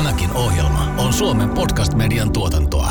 Tämäkin ohjelma on Suomen podcast-median tuotantoa.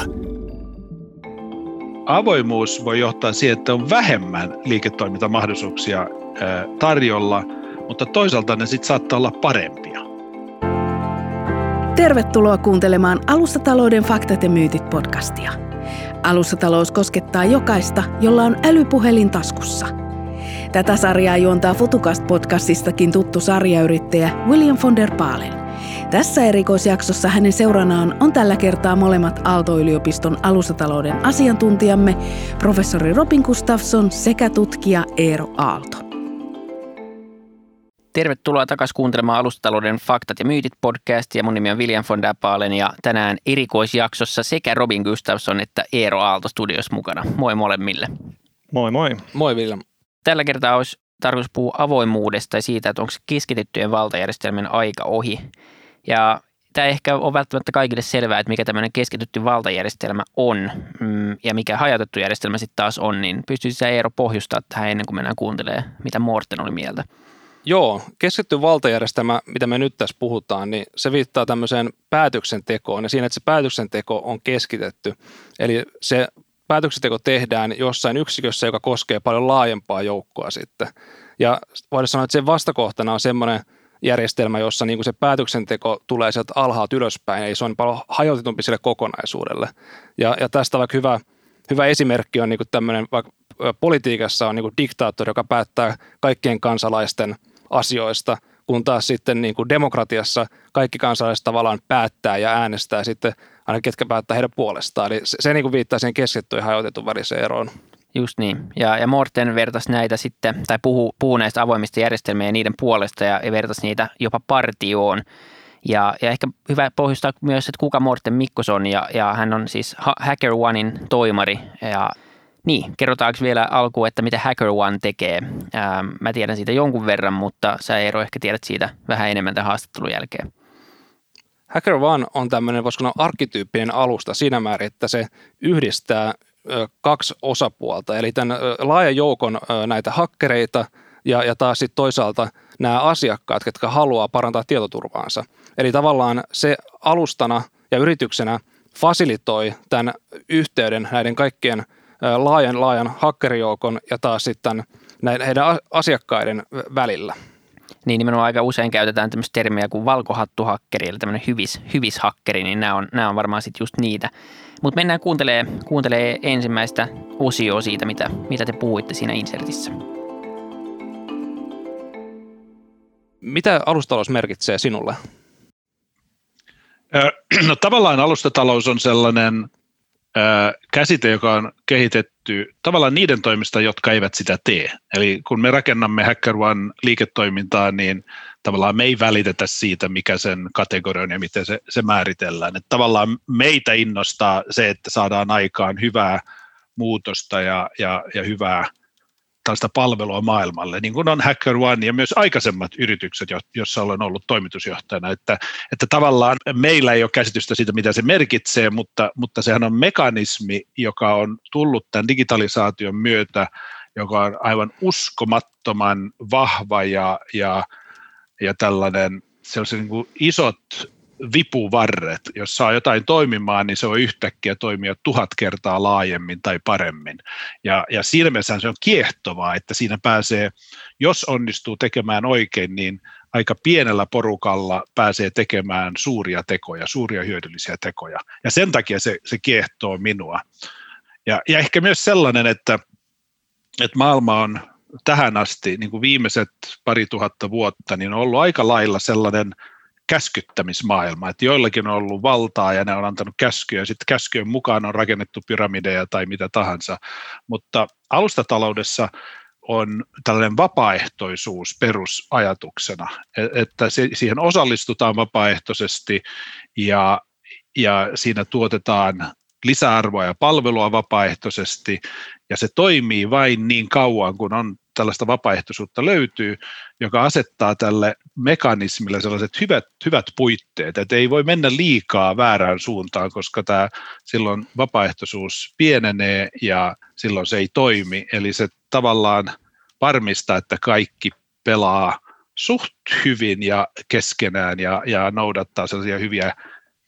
Avoimuus voi johtaa siihen, että on vähemmän liiketoimintamahdollisuuksia tarjolla, mutta toisaalta ne sitten saattaa olla parempia. Tervetuloa kuuntelemaan Alustatalouden faktat ja myytit podcastia. Alustatalous koskettaa jokaista, jolla on älypuhelin taskussa. Tätä sarjaa juontaa Futucast-podcastistakin tuttu sarjayrittäjä William von der Baalen. Tässä erikoisjaksossa hänen seuranaan on tällä kertaa molemmat Aalto-yliopiston alustatalouden asiantuntijamme, professori Robin Gustafsson sekä tutkija Eero Aalto. Tervetuloa takaisin kuuntelemaan Alustatalouden faktat ja myytit podcastia. Mun nimi on William von der Baalen ja tänään erikoisjaksossa sekä Robin Gustafsson että Eero Aalto studiossa mukana. Moi molemmille. Moi moi. Moi William. Tällä kertaa olisi tarkoitus puhua avoimuudesta ja siitä, että onko keskitettyjen valtajärjestelmien aika ohi. Ja tämä ehkä on välttämättä kaikille selvää, että mikä tämmöinen keskitetty valtajärjestelmä on ja mikä hajautettu järjestelmä sitten taas on, niin pystyisi sä Eero pohjustamaan tähän ennen kuin mennään kuuntelemaan, mitä Morten oli mieltä. Joo, keskitetty valtajärjestelmä, mitä me nyt tässä puhutaan, niin se viittaa tämmöiseen päätöksentekoon ja siinä, että se päätöksenteko on keskitetty. Eli se päätöksenteko tehdään jossain yksikössä, joka koskee paljon laajempaa joukkoa sitten. Ja voidaan sanoa, että sen vastakohtana on semmoinen järjestelmä, jossa niin kuin se päätöksenteko tulee sieltä alhaalta ylöspäin, eli se on paljon hajautetumpi sille kokonaisuudelle. Ja tästä vaikka hyvä esimerkki on niin kuin tämmöinen, vaikka politiikassa on niin kuin diktaattori, joka päättää kaikkien kansalaisten asioista, kun taas sitten niin kuin demokratiassa kaikki kansalaiset tavallaan päättää ja äänestää sitten aina ketkä päättää heidän puolestaan. Eli se niin kuin viittaa siihen keskitettyyn ja hajautetun väliseen eroon. Just niin. Ja Morten vertasi näitä sitten, tai puhuu näistä avoimista järjestelmistä ja niiden puolesta ja vertasi niitä jopa partioon. Ja ehkä hyvä pohjustaa myös, että kuka Morten Mikkos on, ja hän on siis HackerOnein toimari. Ja niin, kerrotaanko vielä alkuun, että mitä HackerOne tekee? Mä tiedän siitä jonkun verran, mutta sä Eero ehkä tiedät siitä vähän enemmän tämän haastattelun jälkeen. HackerOne on tämmöinen, voisiko sanoa, arkkityyppinen alusta siinä määrin, että se yhdistää kaksi osapuolta, eli tämän laajan joukon näitä hakkereita ja taas sitten toisaalta nämä asiakkaat, jotka haluaa parantaa tietoturvaansa. Eli tavallaan se alustana ja yrityksenä fasilitoi tämän yhteyden näiden kaikkien laajan hakkerijoukon ja taas sitten heidän asiakkaiden välillä. Niin nimenomaan aika usein käytetään tämmöistä termiä kuin valkohattuhakkeri, eli tämmöinen hyvishakkeri, niin nämä on varmaan sitten just niitä. Mutta mennään kuuntelee ensimmäistä osioa siitä, mitä te puhuitte siinä insertissä. Mitä alustatalous merkitsee sinulle? No tavallaan alustatalous on sellainen käsite, joka on kehitetty tavallaan niiden toimesta, jotka eivät sitä tee. Eli kun me rakennamme HackerOne liiketoimintaa, niin tavallaan me ei välitetä siitä, mikä sen kategoria on ja miten se määritellään. Että tavallaan meitä innostaa se, että saadaan aikaan hyvää muutosta ja hyvää tällaista palvelua maailmalle, niin kuin on HackerOne ja myös aikaisemmat yritykset, joissa olen ollut toimitusjohtajana, että tavallaan meillä ei ole käsitystä siitä, mitä se merkitsee, mutta sehän on mekanismi, joka on tullut tämän digitalisaation myötä, joka on aivan uskomattoman vahva ja tällainen sellaiset niin kuin isot vipuvarret, jos saa jotain toimimaan, niin se on yhtäkkiä toimia 1000 kertaa laajemmin tai paremmin. Ja siinä mielessä se on kiehtovaa, että siinä pääsee, jos onnistuu tekemään oikein, niin aika pienellä porukalla pääsee tekemään suuria tekoja, suuria hyödyllisiä tekoja. Ja sen takia se kiehtoo minua. Ja ehkä myös sellainen, että maailma on tähän asti, niin kuin viimeiset 2000 vuotta, niin on ollut aika lailla sellainen käskyttämismaailma, että joillakin on ollut valtaa ja ne on antanut käskyjä, sitten käskyjen mukaan on rakennettu pyramideja tai mitä tahansa, mutta alustataloudessa on tällainen vapaaehtoisuus perusajatuksena, että siihen osallistutaan vapaaehtoisesti ja siinä tuotetaan lisäarvoa ja palvelua vapaaehtoisesti ja se toimii vain niin kauan, kun on tällaista vapaaehtoisuutta löytyy, joka asettaa tälle mekanismille sellaiset hyvät puitteet, että ei voi mennä liikaa väärään suuntaan, koska silloin vapaaehtoisuus pienenee ja silloin se ei toimi, eli se tavallaan varmistaa, että kaikki pelaa suht hyvin ja keskenään ja noudattaa sellaisia hyviä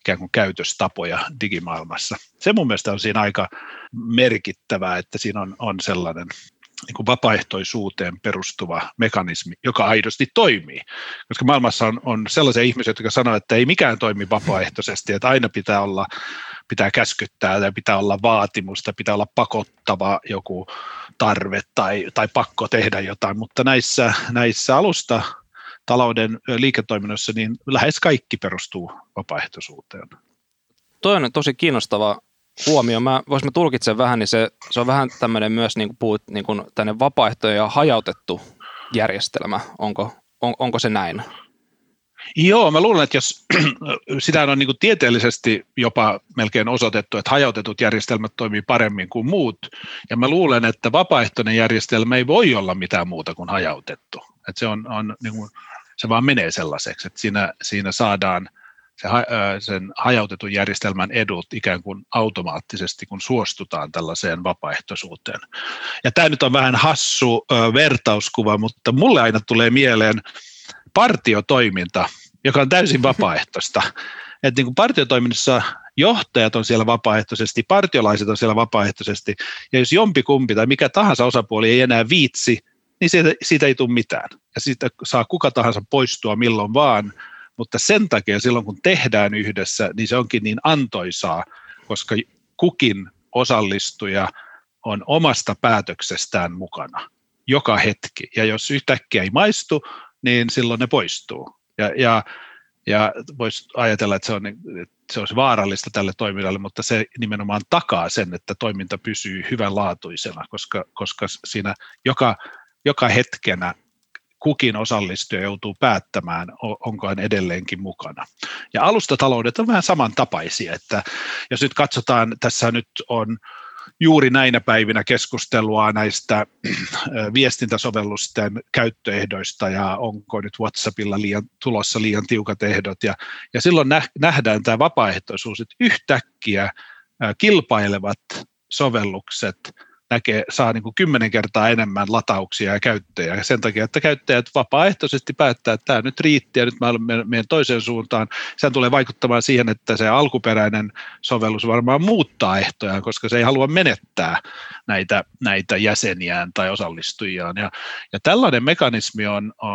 ikään kuin käytöstapoja digimaailmassa. Se mun mielestä on siinä aika merkittävää, että siinä on sellainen niin kuin vapaaehtoisuuteen perustuva mekanismi, joka aidosti toimii. Koska maailmassa on sellaisia ihmisiä, jotka sanoo, että ei mikään toimi vapaaehtoisesti, että aina pitää käskyttää tai pitää olla vaatimusta, pitää olla pakottava joku tarve tai pakko tehdä jotain, mutta näissä alustatalouden liiketoiminnoissa niin lähes kaikki perustuu vapaaehtoisuuteen. Toi on tosi kiinnostava huomio. Voisimme tulkitsen vähän, niin se on vähän tämmöinen myös, niin kuin puhut, niin kuin tämmöinen vapaaehtoinen ja hajautettu järjestelmä. Onko se näin? Joo, mä luulen, että jos sitä on niin kuin tieteellisesti jopa melkein osoitettu, että hajautetut järjestelmät toimii paremmin kuin muut, ja mä luulen, että vapaaehtoinen järjestelmä ei voi olla mitään muuta kuin hajautettu. Että se on niin kuin, se vaan menee sellaiseksi, että siinä saadaan sen hajautetun järjestelmän edut ikään kuin automaattisesti, kun suostutaan tällaiseen vapaaehtoisuuteen. Ja tämä nyt on vähän hassu vertauskuva, mutta mulle aina tulee mieleen partiotoiminta, joka on täysin vapaaehtoista. Että niin kuin partiotoiminnassa johtajat on siellä vapaaehtoisesti, partiolaiset on siellä vapaaehtoisesti, ja jos jompikumpi tai mikä tahansa osapuoli ei enää viitsi, niin siitä ei tule mitään. Ja siitä saa kuka tahansa poistua milloin vaan, mutta sen takia silloin kun tehdään yhdessä, niin se onkin niin antoisaa, koska kukin osallistuja on omasta päätöksestään mukana joka hetki. Ja jos yhtäkkiä ei maistu, niin silloin ne poistuu. Ja voisi ajatella, että se olisi vaarallista tälle toiminnalle, mutta se nimenomaan takaa sen, että toiminta pysyy hyvänlaatuisena, koska siinä joka hetkenä kukin osallistuja joutuu päättämään, onko hän edelleenkin mukana. Ja alustataloudet on vähän samantapaisia, että jos nyt katsotaan, tässä nyt on juuri näinä päivinä keskustelua näistä viestintäsovellusten käyttöehdoista ja onko nyt WhatsAppilla tulossa liian tiukat ehdot. Ja silloin nähdään tämä vapaaehtoisuus, että yhtäkkiä kilpailevat sovellukset saa niin kuin 10 kertaa enemmän latauksia ja käyttäjiä. Ja sen takia, että käyttäjät vapaaehtoisesti päättää, että tämä nyt riitti ja nyt mä menen toiseen suuntaan. Sehän tulee vaikuttamaan siihen, että se alkuperäinen sovellus varmaan muuttaa ehtoja, koska se ei halua menettää näitä jäseniään tai osallistujiaan. Ja tällainen mekanismi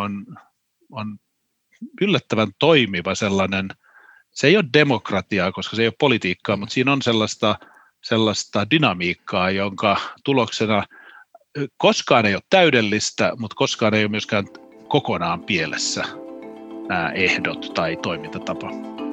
on yllättävän toimiva sellainen. Se ei ole demokratiaa, koska se ei ole politiikkaa, mutta siinä on sellaista dynamiikkaa, jonka tuloksena koskaan ei ole täydellistä, mutta koskaan ei ole myöskään kokonaan pielessä nämä ehdot tai toimintatapa.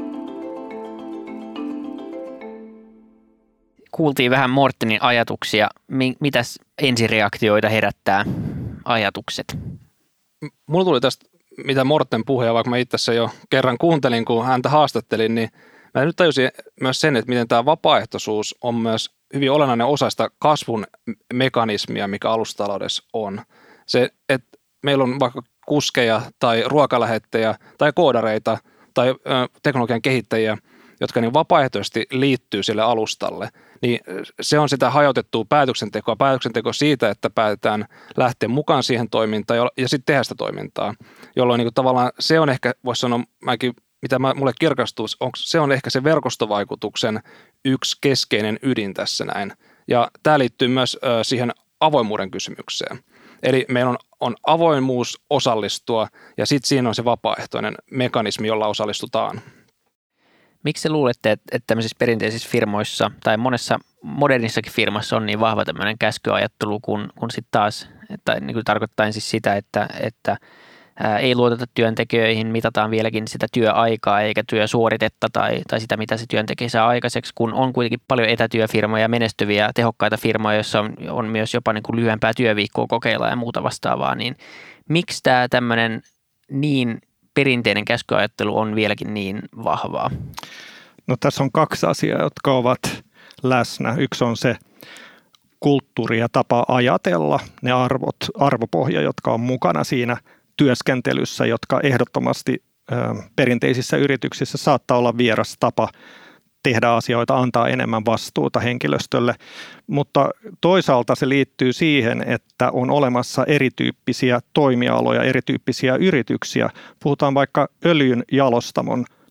Kuultiin vähän Mortenin ajatuksia. Mitäs ensireaktioita herättää ajatukset? Mulla tuli tästä, mitä Morten puhui, vaikka mä itse jo kerran kuuntelin, kun häntä haastattelin, niin mä nyt tajusin myös sen, että miten tämä vapaaehtoisuus on myös hyvin olennainen osa sitä kasvun mekanismia, mikä alustataloudessa on. Se, että meillä on vaikka kuskeja tai ruokalähettejä tai koodareita tai teknologian kehittäjiä, jotka niin vapaaehtoisesti liittyy sille alustalle, niin se on sitä hajautettua päätöksenteko siitä, että päätetään lähteä mukaan siihen toimintaan ja sitten tehdä sitä toimintaa, jolloin niin kuin tavallaan se on ehkä, voisi sanoa, mitä mulle kirkastuu, se on ehkä se verkostovaikutuksen yksi keskeinen ydin tässä näin. Ja tämä liittyy myös siihen avoimuuden kysymykseen. Eli meillä on avoimuus osallistua ja sitten siinä on se vapaaehtoinen mekanismi, jolla osallistutaan. Miksi luulette, että tämmöisissä perinteisissä firmoissa tai monessa modernissakin firmassa on niin vahva tämmöinen käskyajattelu, kun sitten taas, että niin kuin tarkoittaa siis sitä, että ei luoteta työntekijöihin, mitataan vieläkin sitä työaikaa eikä työsuoritetta tai sitä, mitä se työntekijä saa aikaiseksi, kun on kuitenkin paljon etätyöfirmoja, menestyviä, tehokkaita firmoja, joissa on myös jopa niin kuin lyhyempää työviikkoa kokeilla ja muuta vastaavaa, niin miksi tämä tämmöinen niin perinteinen käskyajattelu on vieläkin niin vahvaa? No tässä on kaksi asiaa, jotka ovat läsnä. Yksi on se kulttuuri ja tapa ajatella, ne arvopohja, jotka on mukana siinä työskentelyssä, jotka ehdottomasti perinteisissä yrityksissä saattaa olla vieras tapa tehdä asioita, antaa enemmän vastuuta henkilöstölle, mutta toisaalta se liittyy siihen, että on olemassa erityyppisiä toimialoja, erityyppisiä yrityksiä. Puhutaan vaikka öljyn jalostamon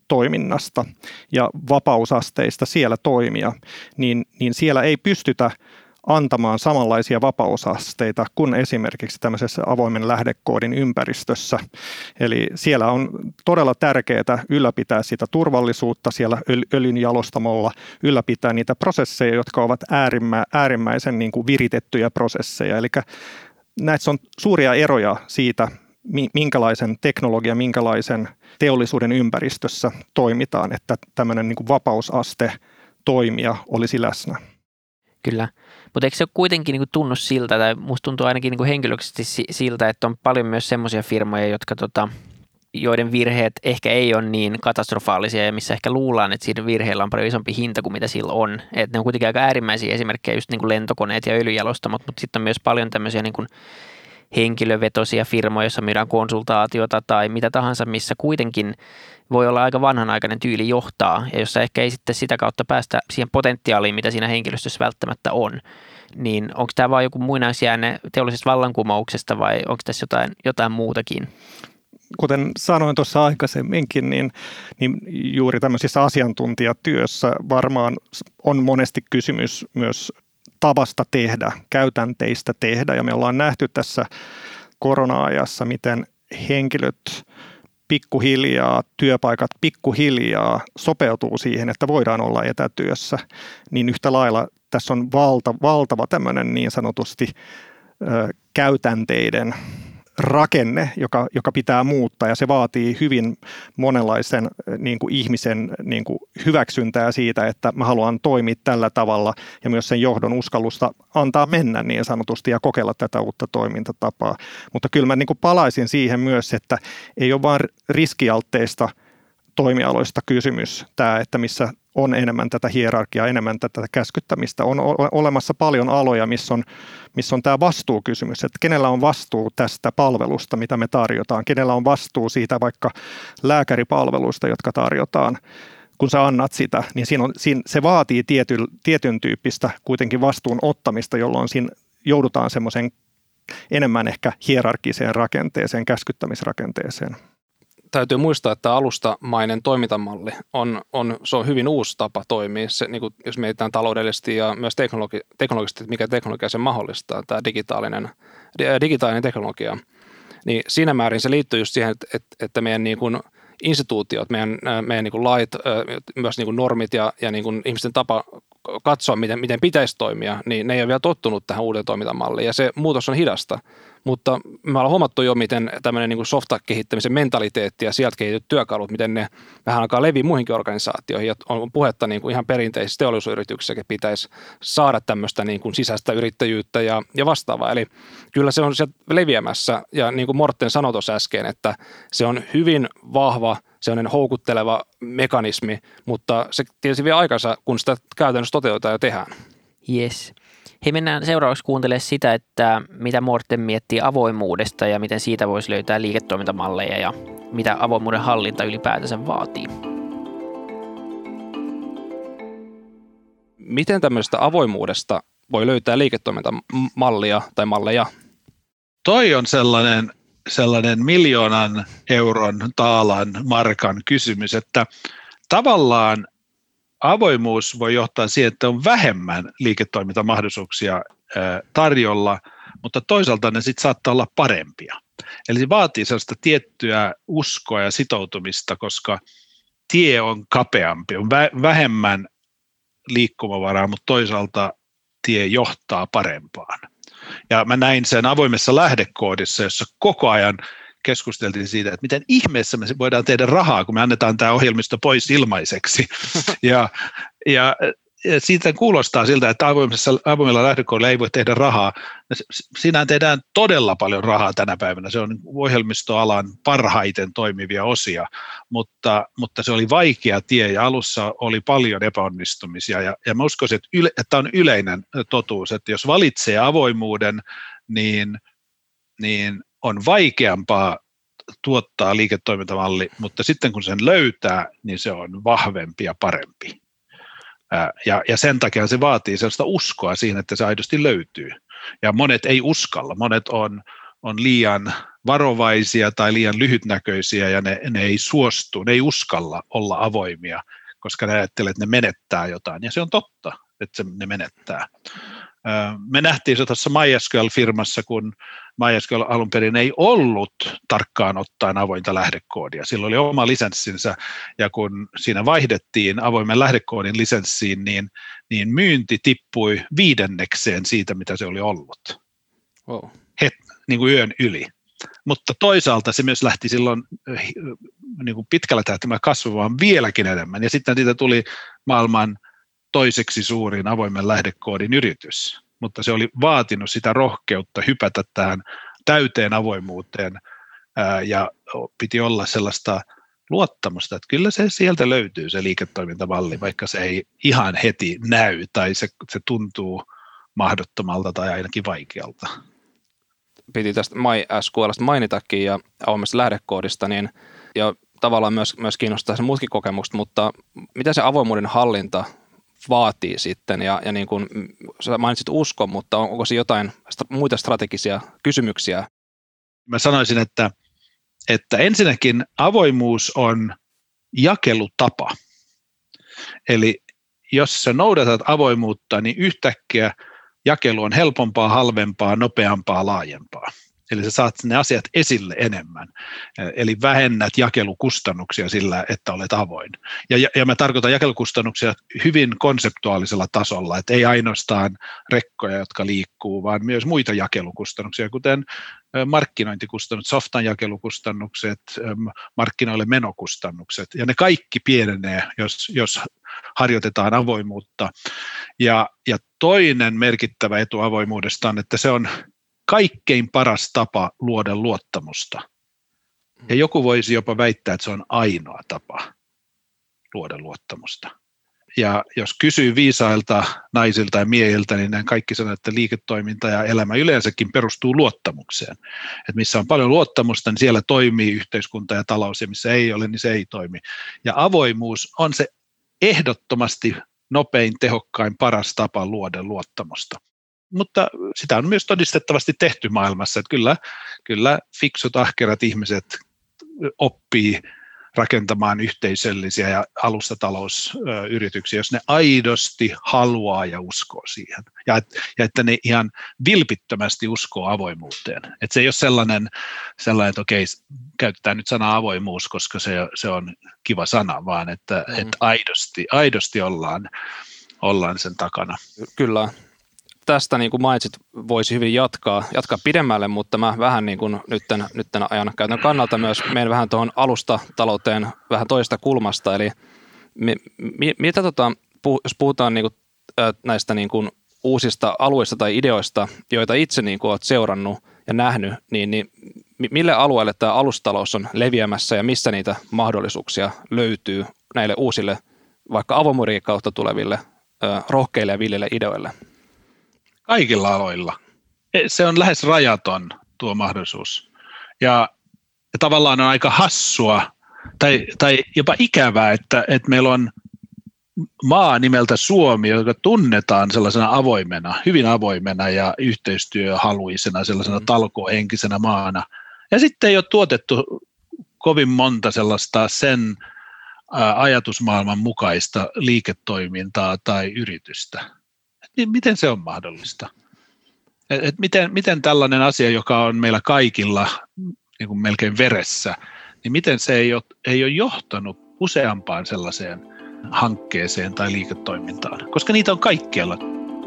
toiminnasta ja vapausasteista siellä toimia, niin siellä ei pystytä antamaan samanlaisia vapausasteita kuin esimerkiksi tämmöisessä avoimen lähdekoodin ympäristössä. Eli siellä on todella tärkeää ylläpitää sitä turvallisuutta siellä öljynjalostamolla, ylläpitää niitä prosesseja, jotka ovat äärimmäisen niin kuin viritettyjä prosesseja. Eli näissä on suuria eroja siitä, minkälaisen teknologian, minkälaisen teollisuuden ympäristössä toimitaan, että tämmöinen niin kuin vapausaste toimia olisi läsnä. Kyllä, mutta eikö se kuitenkin niin kuin tunnu siltä, tai musta tuntuu ainakin niin kuin henkilökohtaisesti siltä, että on paljon myös semmoisia firmoja, joiden virheet ehkä ei ole niin katastrofaalisia ja missä ehkä luullaan, että siinä virheellä on paljon isompi hinta kuin mitä sillä on. Et ne on kuitenkin aika äärimmäisiä esimerkkejä, just niin kuin lentokoneet ja öljyjalostamot, mutta sitten on myös paljon tämmöisiä niin kuin henkilövetoisia firmoja, joissa myydään konsultaatiota tai mitä tahansa, missä kuitenkin voi olla aika vanhanaikainen tyyli johtaa ja jossa ehkä ei sitten sitä kautta päästä siihen potentiaaliin, mitä siinä henkilöstössä välttämättä on. Niin onko tämä vain joku muinaisjäänne teollisesta vallankumouksesta vai onko tässä jotain muutakin? Kuten sanoin tuossa aikaisemminkin, niin juuri tämmöisissä asiantuntijatyössä varmaan on monesti kysymys myös tavasta tehdä, käytänteistä tehdä. Ja me ollaan nähty tässä korona-ajassa, miten henkilöt pikkuhiljaa, työpaikat pikkuhiljaa sopeutuu siihen, että voidaan olla etätyössä. Niin yhtä lailla tässä on valtava tämmöinen niin sanotusti käytänteiden rakenne, joka pitää muuttaa, ja se vaatii hyvin monenlaisen niin kuin ihmisen niin kuin hyväksyntää siitä, että mä haluan toimia tällä tavalla, ja myös sen johdon uskallusta antaa mennä niin sanotusti ja kokeilla tätä uutta toimintatapaa. Mutta kyllä mä niin kuin palaisin siihen myös, että ei ole vain riskialtteista toimialoista kysymys tämä, että missä on enemmän tätä hierarkiaa, enemmän tätä käskyttämistä. On olemassa paljon aloja, missä on tämä vastuukysymys, että kenellä on vastuu tästä palvelusta, mitä me tarjotaan, kenellä on vastuu siitä vaikka lääkäripalveluista, jotka tarjotaan. Kun sä annat sitä, niin se vaatii tietyn tyyppistä kuitenkin vastuun ottamista, jolloin siinä joudutaan semmoisen enemmän ehkä hierarkiseen rakenteeseen, käskyttämisrakenteeseen. Täytyy muistaa, että alustamainen toimintamalli se on hyvin uusi tapa toimia. Se, niin kuin, jos mietitään taloudellisesti ja myös teknologisesti, että mikä teknologia sen mahdollistaa, tämä digitaalinen teknologia, niin siinä määrin se liittyy just siihen, että meidän niin kuin instituutiot, meidän niin kuin lait, myös niin kuin normit ja niin kuin ihmisten tapa katsoa, miten pitäisi toimia, niin ne ei ole vielä tottunut tähän uuteen toimintamalliin, ja se muutos on hidasta. Mutta me ollaan huomattu jo, miten tämmöinen niin kuin softa-kehittämisen mentaliteetti ja sieltä kehitetyt työkalut, miten ne vähän alkaa leviä muihinkin organisaatioihin. Ja on puhetta niin kuin ihan perinteisissä teollisuusyrityksissä, pitäisi saada tämmöistä niin kuin sisäistä yrittäjyyttä ja vastaavaa. Eli kyllä se on sieltä leviämässä, ja niin kuin Morten sanoi tuossa äsken, että se on hyvin vahva, sellainen houkutteleva mekanismi, mutta se tietysti vie aikansa, kun sitä käytännössä toteutetaan ja tehdään. Yes. Hei, mennään seuraavaksi kuuntelemaan sitä, että mitä Morten miettii avoimuudesta ja miten siitä voisi löytää liiketoimintamalleja ja mitä avoimuuden hallinta ylipäätänsä vaatii. Miten tämmöisestä avoimuudesta voi löytää liiketoimintamallia tai malleja? Toi on sellainen 1 000 000 euron taalan markan kysymys, että tavallaan avoimuus voi johtaa siihen, että on vähemmän liiketoimintamahdollisuuksia tarjolla, mutta toisaalta ne sitten saattaa olla parempia. Eli se vaatii sellaista tiettyä uskoa ja sitoutumista, koska tie on kapeampi, on vähemmän liikkumavaraa, mutta toisaalta tie johtaa parempaan. Ja mä näin sen avoimessa lähdekoodissa, jossa koko ajan keskusteltiin siitä, että miten ihmeessä me voidaan tehdä rahaa, kun me annetaan tämä ohjelmisto pois ilmaiseksi. Ja siitä kuulostaa siltä, että avoimella lähdekoodilla ei voi tehdä rahaa. Siinähän tehdään todella paljon rahaa tänä päivänä. Se on ohjelmistoalan parhaiten toimivia osia, mutta se oli vaikea tie ja alussa oli paljon epäonnistumisia. Ja mä uskoisin, että on yleinen totuus, että jos valitsee avoimuuden, niin on vaikeampaa tuottaa liiketoimintamalli, mutta sitten kun sen löytää, niin se on vahvempi ja parempi. Ja sen takia se vaatii sellaista uskoa siihen, että se aidosti löytyy. Ja monet ei uskalla, monet on liian varovaisia tai liian lyhytnäköisiä ja ne ei suostu, ne ei uskalla olla avoimia, koska ne ajattelee, että ne menettää jotain. Ja se on totta, että ne menettää. Me nähtiin se tuossa MySQL-firmassa, kun MySQL alun perin ei ollut tarkkaan ottaen avointa lähdekoodia. Sillä oli oma lisenssinsä, ja kun siinä vaihdettiin avoimen lähdekoodin lisenssiin, niin myynti tippui 5% siitä, mitä se oli ollut. Wow. Niin kuin yön yli. Mutta toisaalta se myös lähti silloin niin kuin pitkällä tähtäimellä kasvamaan vieläkin enemmän, ja sitten siitä tuli maailman toiseksi suurin avoimen lähdekoodin yritys, mutta se oli vaatinut sitä rohkeutta hypätä tähän täyteen avoimuuteen ja piti olla sellaista luottamusta, että kyllä se sieltä löytyy se liiketoimintamalli, vaikka se ei ihan heti näy tai se tuntuu mahdottomalta tai ainakin vaikealta. Piti tästä MySQLista mainitakin ja avoimesta lähdekoodista, niin, ja tavallaan myös kiinnostaa sen muutkin kokemukset, mutta mitä se avoimuuden hallinta vaatii sitten, ja niin kuin sä mainitsit uskon, mutta onko se jotain muita strategisia kysymyksiä? Mä sanoisin, että ensinnäkin avoimuus on jakelutapa. Eli jos sä noudatat avoimuutta, niin yhtäkkiä jakelu on helpompaa, halvempaa, nopeampaa, laajempaa. Eli sä saat ne asiat esille enemmän, eli vähennät jakelukustannuksia sillä, että olet avoin. Ja mä tarkoitan jakelukustannuksia hyvin konseptuaalisella tasolla, että ei ainoastaan rekkoja, jotka liikkuu, vaan myös muita jakelukustannuksia, kuten markkinointikustannukset, softan jakelukustannukset, markkinoille menokustannukset, ja ne kaikki pienenee, jos harjoitetaan avoimuutta. Ja toinen merkittävä etu avoimuudesta on, että se on kaikkein paras tapa luoda luottamusta. Ja joku voisi jopa väittää, että se on ainoa tapa luoda luottamusta. Ja jos kysyy viisailta naisilta ja miehiltä, niin ne kaikki sanoo, että liiketoiminta ja elämä yleensäkin perustuu luottamukseen. Että missä on paljon luottamusta, niin siellä toimii yhteiskunta ja talous, ja missä ei ole, niin se ei toimi. Ja avoimuus on se ehdottomasti nopein, tehokkain, paras tapa luoda luottamusta. Mutta sitä on myös todistettavasti tehty maailmassa, että kyllä fiksut, ahkerat ihmiset oppii rakentamaan yhteisöllisiä ja alustatalousyrityksiä, jos ne aidosti haluaa ja uskoo siihen. Ja että ne ihan vilpittömästi uskoo avoimuuteen. Että se ei ole sellainen että okei, käytetään nyt sanaa avoimuus, koska se on kiva sana, vaan että aidosti ollaan sen takana. Kyllä. Tästä niin kuin mainitsit, voisi hyvin jatkaa pidemmälle, mutta mä vähän niin kuin nyt ajan käytön kannalta myös menen vähän tuohon alustatalouteen vähän toista kulmasta. Eli mitä jos puhutaan niin kuin, näistä niin kuin uusista alueista tai ideoista, joita itse niin kuin olet seurannut ja nähnyt, niin mille alueelle tämä alustatalous on leviämässä ja missä niitä mahdollisuuksia löytyy näille uusille, vaikka avoimuuden kautta tuleville rohkeille ja viljille ideoille? Kaikilla aloilla. Se on lähes rajaton tuo mahdollisuus. Ja tavallaan on aika hassua tai jopa ikävää, että meillä on maa nimeltä Suomi, joka tunnetaan sellaisena avoimena, hyvin avoimena ja yhteistyöhaluisena, sellaisena talkohenkisenä maana. Ja sitten ei ole tuotettu kovin monta sellaista sen ajatusmaailman mukaista liiketoimintaa tai yritystä. Miten se on mahdollista? Miten tällainen asia, joka on meillä kaikilla niin kuin melkein veressä, niin miten se ei ole johtanut useampaan sellaiseen hankkeeseen tai liiketoimintaan? Koska niitä on kaikkialla.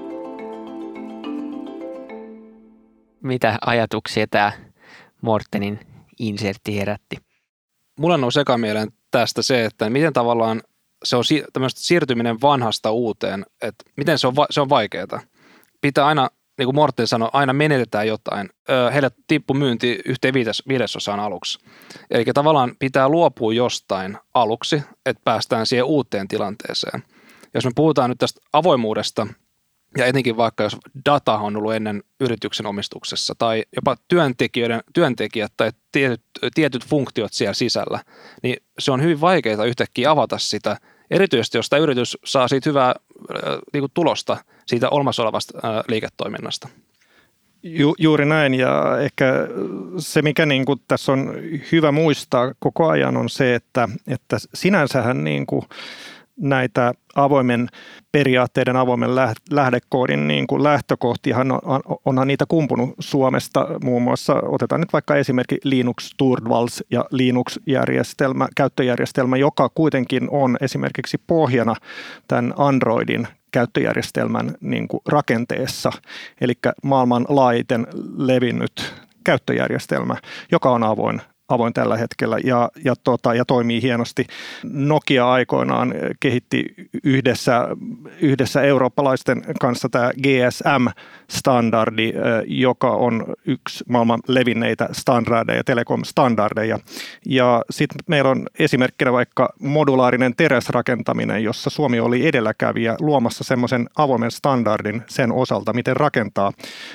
Mitä ajatuksia tämä Mortenin insertti herätti? Mulla nousi eka mieleen tästä se, että miten tavallaan se on tämmöistä siirtyminen vanhasta uuteen, että miten se on vaikeaa. Pitää aina, niin kuin Morten sanoi, aina menetetään jotain. Heille tippui myynti 1/5 aluksi. Eli tavallaan pitää luopua jostain aluksi, että päästään siihen uuteen tilanteeseen. Jos me puhutaan nyt tästä avoimuudesta, ja etenkin vaikka jos data on ollut ennen yrityksen omistuksessa, tai jopa työntekijät tai tietyt funktiot siellä sisällä, niin se on hyvin vaikeaa yhtäkkiä avata sitä, erityisesti jos tämä yritys saa siitä hyvää niin kuin tulosta siitä olemassa olevasta liiketoiminnasta. Juuri näin, ja ehkä se, mikä niin kuin tässä on hyvä muistaa koko ajan, on se, että sinänsähän niin kuin näitä avoimen periaatteiden, avoimen lähdekoodin niin kuin lähtökohtiahan onhan niitä kumpunut Suomesta. Muun muassa otetaan nyt vaikka esimerkki Linux Torvalds ja Linux-järjestelmä, käyttöjärjestelmä, joka kuitenkin on esimerkiksi pohjana tämän Androidin käyttöjärjestelmän niin kuin rakenteessa, eli maailman laajiten levinnyt käyttöjärjestelmä, joka on avoin tällä hetkellä ja toimii hienosti. Nokia aikoinaan kehitti yhdessä eurooppalaisten kanssa tämä GSM-standardi, joka on yksi maailman levinneitä standardeja, telekom-standardeja. Ja sitten meillä on esimerkkinä vaikka modulaarinen teräsrakentaminen, jossa Suomi oli edelläkävijä luomassa semmoisen avoimen standardin sen osalta, miten rakentaa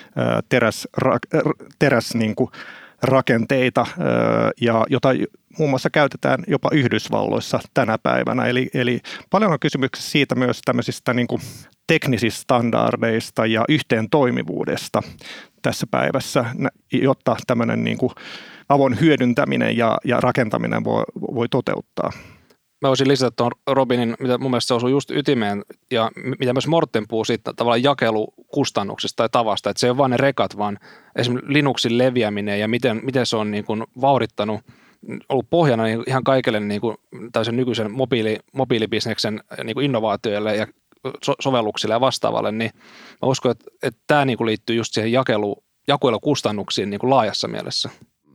teräs niin kuin rakenteita, jota muun muassa käytetään jopa Yhdysvalloissa tänä päivänä. Eli paljon on kysymyksiä siitä myös tämmöisistä niin kuin teknisistä standardeista ja yhteentoimivuudesta tässä päivässä, jotta tämmöinen niin kuin avoin hyödyntäminen ja rakentaminen voi toteuttaa. Mä voisin lisätä tuon Robinin, mitä mun mielestä se osuu just ytimeen, ja mitä myös Morten puhuu siitä tavallaan jakelukustannuksista tai tavasta, että se ei ole vain ne rekat, vaan esimerkiksi Linuxin leviäminen ja miten se on niin kuin vauhdittanut, ollut pohjana niin ihan kaikille niin kuin täysin nykyisen mobiilibisneksen niin kuin innovaatioille ja sovelluksille ja vastaavalle, niin mä uskon, että tämä niin kuin liittyy just siihen jakelukustannuksiin niin kuin laajassa mielessä.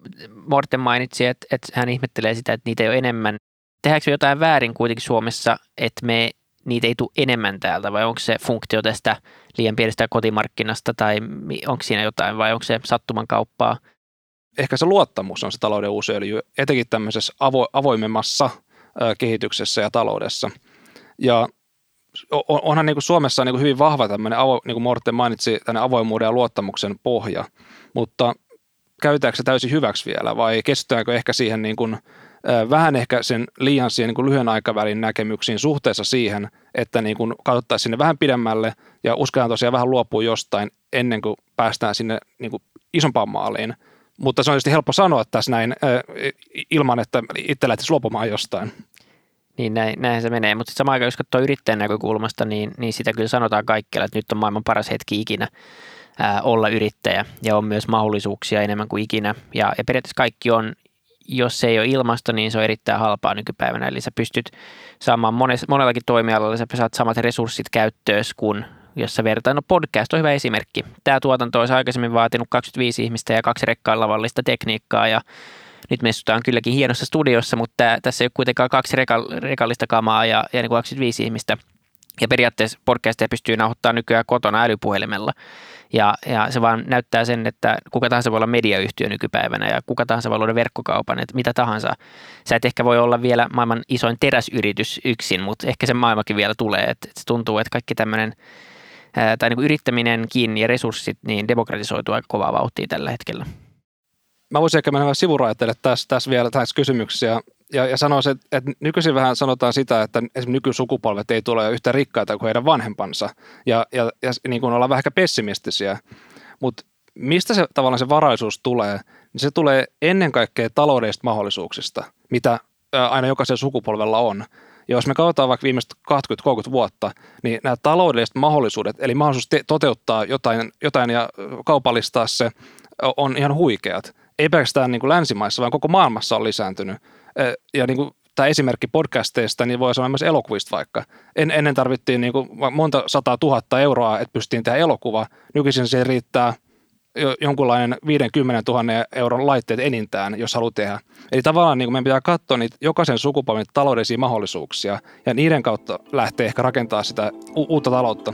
Morten mainitsi, että hän ihmettelee sitä, että niitä ei ole enemmän. Tehdäänkö jotain väärin kuitenkin Suomessa, että niitä ei tule enemmän täältä, vai onko se funktio tästä liian pienestä kotimarkkinasta, tai onko siinä jotain, vai onko se sattuman kauppaa? Ehkä se luottamus on se talouden uusi öljy, etenkin tämmöisessä avoimemmassa kehityksessä ja taloudessa. Ja onhan niin kuin Suomessa niin kuin hyvin vahva tämmöinen, niin kuin Morten mainitsi, tämmöinen avoimuuden ja luottamuksen pohja, mutta käytetäänkö se täysin hyväksi vielä, vai keskitytäänkö ehkä siihen niin kuin vähän ehkä sen liian siihen niin kuin lyhyen aikavälin näkemyksiin suhteessa siihen, että niin kuin katsottaisiin sinne vähän pidemmälle ja uskallaan tosiaan vähän luopua jostain ennen kuin päästään sinne niin kuin isompaan maaliin. Mutta se on tietysti helppo sanoa tässä näin ilman, että itse lähtisi luopumaan jostain. Niin näin se menee, mutta samaan aikaan jos katsoo yrittäjän näkökulmasta, niin sitä kyllä sanotaan kaikkialla, että nyt on maailman paras hetki ikinä olla yrittäjä ja on myös mahdollisuuksia enemmän kuin ikinä ja periaatteessa kaikki on, jos se ei ole ilmasto, niin se on erittäin halpaa nykypäivänä, eli sä pystyt saamaan monellakin toimialalla, sä saat samat resurssit käyttöön kuin jos sä vertaan. No podcast on hyvä esimerkki. Tämä tuotanto olisi aikaisemmin vaatinut 25 ihmistä ja 2 rekkaan lavallista tekniikkaa ja nyt me istutaan kylläkin hienossa studiossa, mutta tässä ei ole kuitenkaan 2 rekallista kamaa ja niin kuin 25 ihmistä. Ja periaatteessa podcasteja pystyy nauhoittamaan nykyään kotona älypuhelimella. Ja se vaan näyttää sen, että kuka tahansa voi olla mediayhtiö nykypäivänä ja kuka tahansa voi luoda verkkokaupan, että mitä tahansa. Sä et ehkä voi olla vielä maailman isoin teräsyritys yksin, mutta ehkä se maailmakin vielä tulee. Että se tuntuu, että kaikki tämmöinen tai niin kuin yrittäminenkin ja resurssit niin demokratisoituu aika kovaa vauhtia tällä hetkellä. Mä voisin ehkä mennä sivuraiteille tässä vielä tässä kysymyksiä. Ja sanoisin, että nykyisin vähän sanotaan sitä, että esimerkiksi nykysukupolvet ei tule yhtä rikkaita kuin heidän vanhempansa. Ja niin kuin ollaan vähän ehkä pessimistisiä. Mutta mistä se tavallaan se varallisuus tulee? Niin se tulee ennen kaikkea taloudellisista mahdollisuuksista, mitä aina jokaisella sukupolvella on. Ja jos me katsotaan vaikka viimeiset 20-30 vuotta, niin nämä taloudelliset mahdollisuudet, eli mahdollisuus toteuttaa jotain ja kaupallistaa se, on ihan huikeat. Ei pelkästään niin kuin länsimaissa, vaan koko maailmassa on lisääntynyt. Ja niin kuin tämä esimerkki podcasteista, niin voi sanoa myös elokuvista vaikka. Ennen tarvittiin niin kuin monta 100 000 euroa, että pystyttiin tehdä elokuva. Nykyisin se riittää jonkunlainen 50 000 euron laitteet enintään, jos haluaa tehdä. Eli tavallaan niin kuin meidän pitää katsoa niitä jokaisen sukupolven taloudellisia mahdollisuuksia ja niiden kautta lähtee ehkä rakentaa sitä uutta taloutta.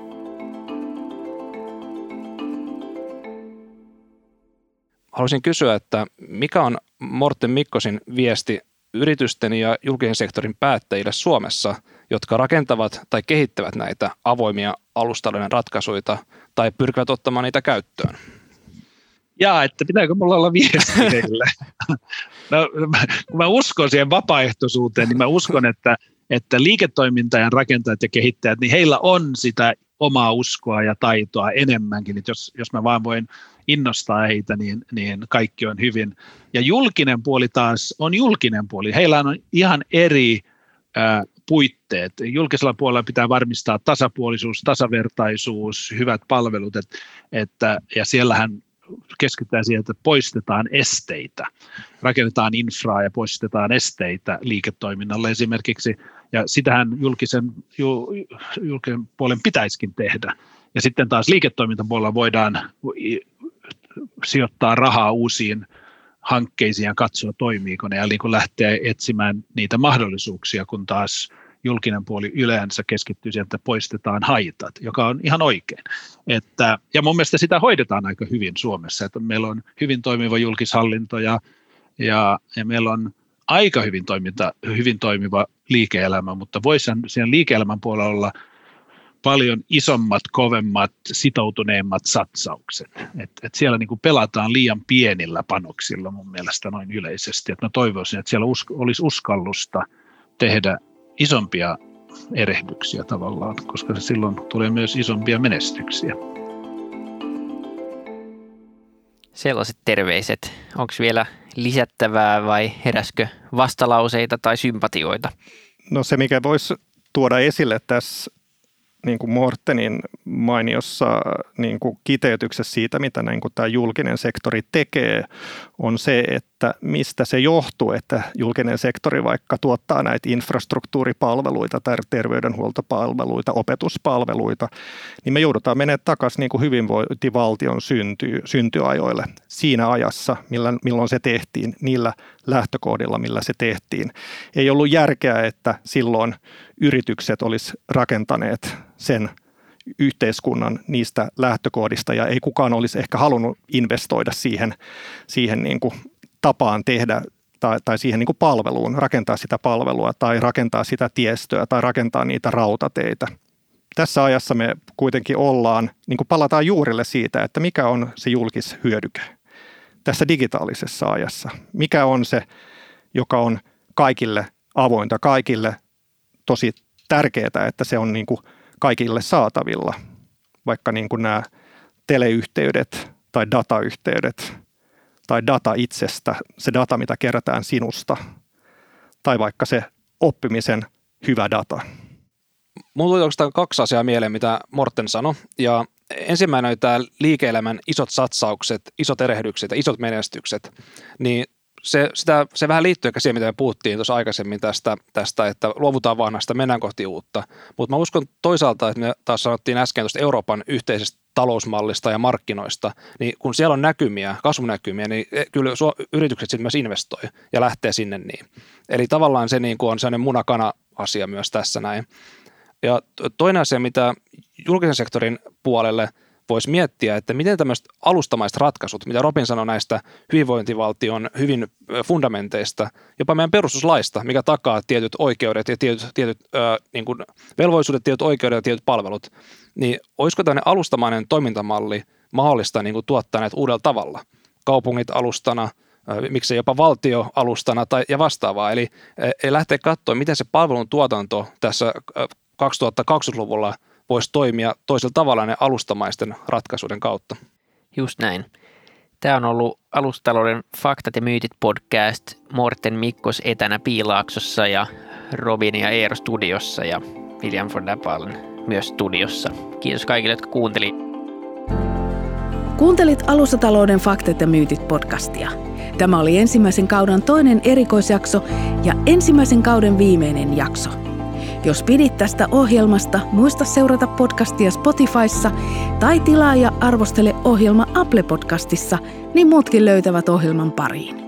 Haluaisin kysyä, että mikä on Morten Mikkosin viesti yritysten ja julkisen sektorin päättäjille Suomessa, jotka rakentavat tai kehittävät näitä avoimia alustallinen ratkaisuja tai pyrkivät ottamaan niitä käyttöön? Jaa, että pitääkö mulla olla viesti teille? No, kun mä uskon siihen vapaaehtoisuuteen, niin mä uskon, että liiketoimintajan rakentajat ja kehittäjät, niin heillä on sitä omaa uskoa ja taitoa enemmänkin, että jos mä vaan voin innostaa heitä, niin kaikki on hyvin. Ja julkinen puoli taas on julkinen puoli. Heillä on ihan eri puitteet. Julkisella puolella pitää varmistaa tasapuolisuus, tasavertaisuus, hyvät palvelut, ja siellähän keskitytään siihen, että poistetaan esteitä, rakennetaan infraa ja poistetaan esteitä liiketoiminnalle esimerkiksi, ja sitähän julkisen puolen pitäisikin tehdä. Ja sitten taas liiketoimintapuolella voidaan sijoittaa rahaa uusiin hankkeisiin ja katsoa, toimiiko ne, ja niin kuin lähteä etsimään niitä mahdollisuuksia, kun taas julkinen puoli yleensä keskittyy siihen, että poistetaan haitat, joka on ihan oikein. Ja mun mielestä sitä hoidetaan aika hyvin Suomessa, että meillä on hyvin toimiva julkishallinto ja meillä on aika hyvin toimiva liike-elämä, mutta voisi siinä liike-elämän puolella olla paljon isommat, kovemmat, sitoutuneemmat satsaukset. Et siellä niin kuin pelataan liian pienillä panoksilla mun mielestä noin yleisesti. Et mä toivoisin, että siellä olisi uskallusta tehdä isompia erehdyksiä tavallaan, koska se silloin tulee myös isompia menestyksiä. Sellaiset terveiset. Onko vielä lisättävää vai heräskö vastalauseita tai sympatioita? No se, mikä voisi tuoda esille tässä niin kuin Mortenin mainiossa niin kuin kiteytyksessä siitä, mitä niin kuin tämä julkinen sektori tekee, on se, että mistä se johtuu, että julkinen sektori vaikka tuottaa näitä infrastruktuuripalveluita tai terveydenhuoltopalveluita, opetuspalveluita, niin me joudutaan menemään takaisin niin kuin hyvinvointivaltion syntyajoille siinä ajassa, milloin se tehtiin, niillä lähtökohdilla, millä se tehtiin. Ei ollut järkeä, että silloin yritykset olisi rakentaneet sen yhteiskunnan niistä lähtökohdista ja ei kukaan olisi ehkä halunnut investoida siihen niin kuin tapaan tehdä tai siihen niin kuin palveluun, rakentaa sitä palvelua tai rakentaa sitä tiestöä tai rakentaa niitä rautateitä. Tässä ajassa me kuitenkin niin kuin palataan juurille siitä, että mikä on se julkishyödyke tässä digitaalisessa ajassa. Mikä on se, joka on kaikille avointa, kaikille tosi tärkeää, että se on niin kuin kaikille saatavilla, vaikka niin kuin nämä teleyhteydet tai datayhteydet tai data itsestä, se data, mitä kerätään sinusta, tai vaikka se oppimisen hyvä data. Mulla tuli oikeastaan 2 asiaa mieleen, mitä Morten sanoi, ja ensimmäinen on tämä liike-elämän isot satsaukset, isot erehdykset ja isot menestykset, niin se vähän liittyy ehkä siihen, mitä me puhuttiin tuossa aikaisemmin tästä, että luovutaan vanhasta, mennään kohti uutta. Mutta mä uskon toisaalta, että me taas sanottiin äsken tuosta Euroopan yhteisestä talousmallista ja markkinoista, niin kun siellä on näkymiä, kasvunäkymiä, niin kyllä yritykset sitten myös investoi ja lähtee sinne niin. Eli tavallaan se niin kuin on sellainen munakana-asia myös tässä näin. Ja toinen asia, mitä julkisen sektorin puolelle voisi miettiä, että miten tämmöiset alustamaiset ratkaisut, mitä Robin sanoi näistä hyvinvointivaltion hyvin fundamenteista, jopa meidän perustuslaista, mikä takaa tietyt oikeudet ja tietyt niin kuin velvollisuudet, tietyt oikeudet ja tietyt palvelut, niin olisiko tämmöinen alustamainen toimintamalli mahdollista niin kuin tuottaa näitä uudella tavalla? Kaupungit alustana, miksei jopa valtio alustana ja vastaavaa. Eli lähteä katsoa, miten se palvelun tuotanto tässä 2020-luvulla voisi toimia toisella tavalla ne alustamaisten ratkaisuiden kautta. Just näin. Tämä on ollut Alustatalouden Faktat ja myytit podcast. Morten Mikkos etänä Piilaaksossa ja Robin ja Eero studiossa ja William von der Pallen myös studiossa. Kiitos kaikille, jotka kuuntelivat. Kuuntelit Alustatalouden Faktat ja myytit podcastia. Tämä oli ensimmäisen kauden toinen erikoisjakso ja ensimmäisen kauden viimeinen jakso. Jos pidit tästä ohjelmasta, muista seurata podcastia Spotifyssa tai tilaa ja arvostele ohjelma Apple Podcastissa, niin muutkin löytävät ohjelman pariin.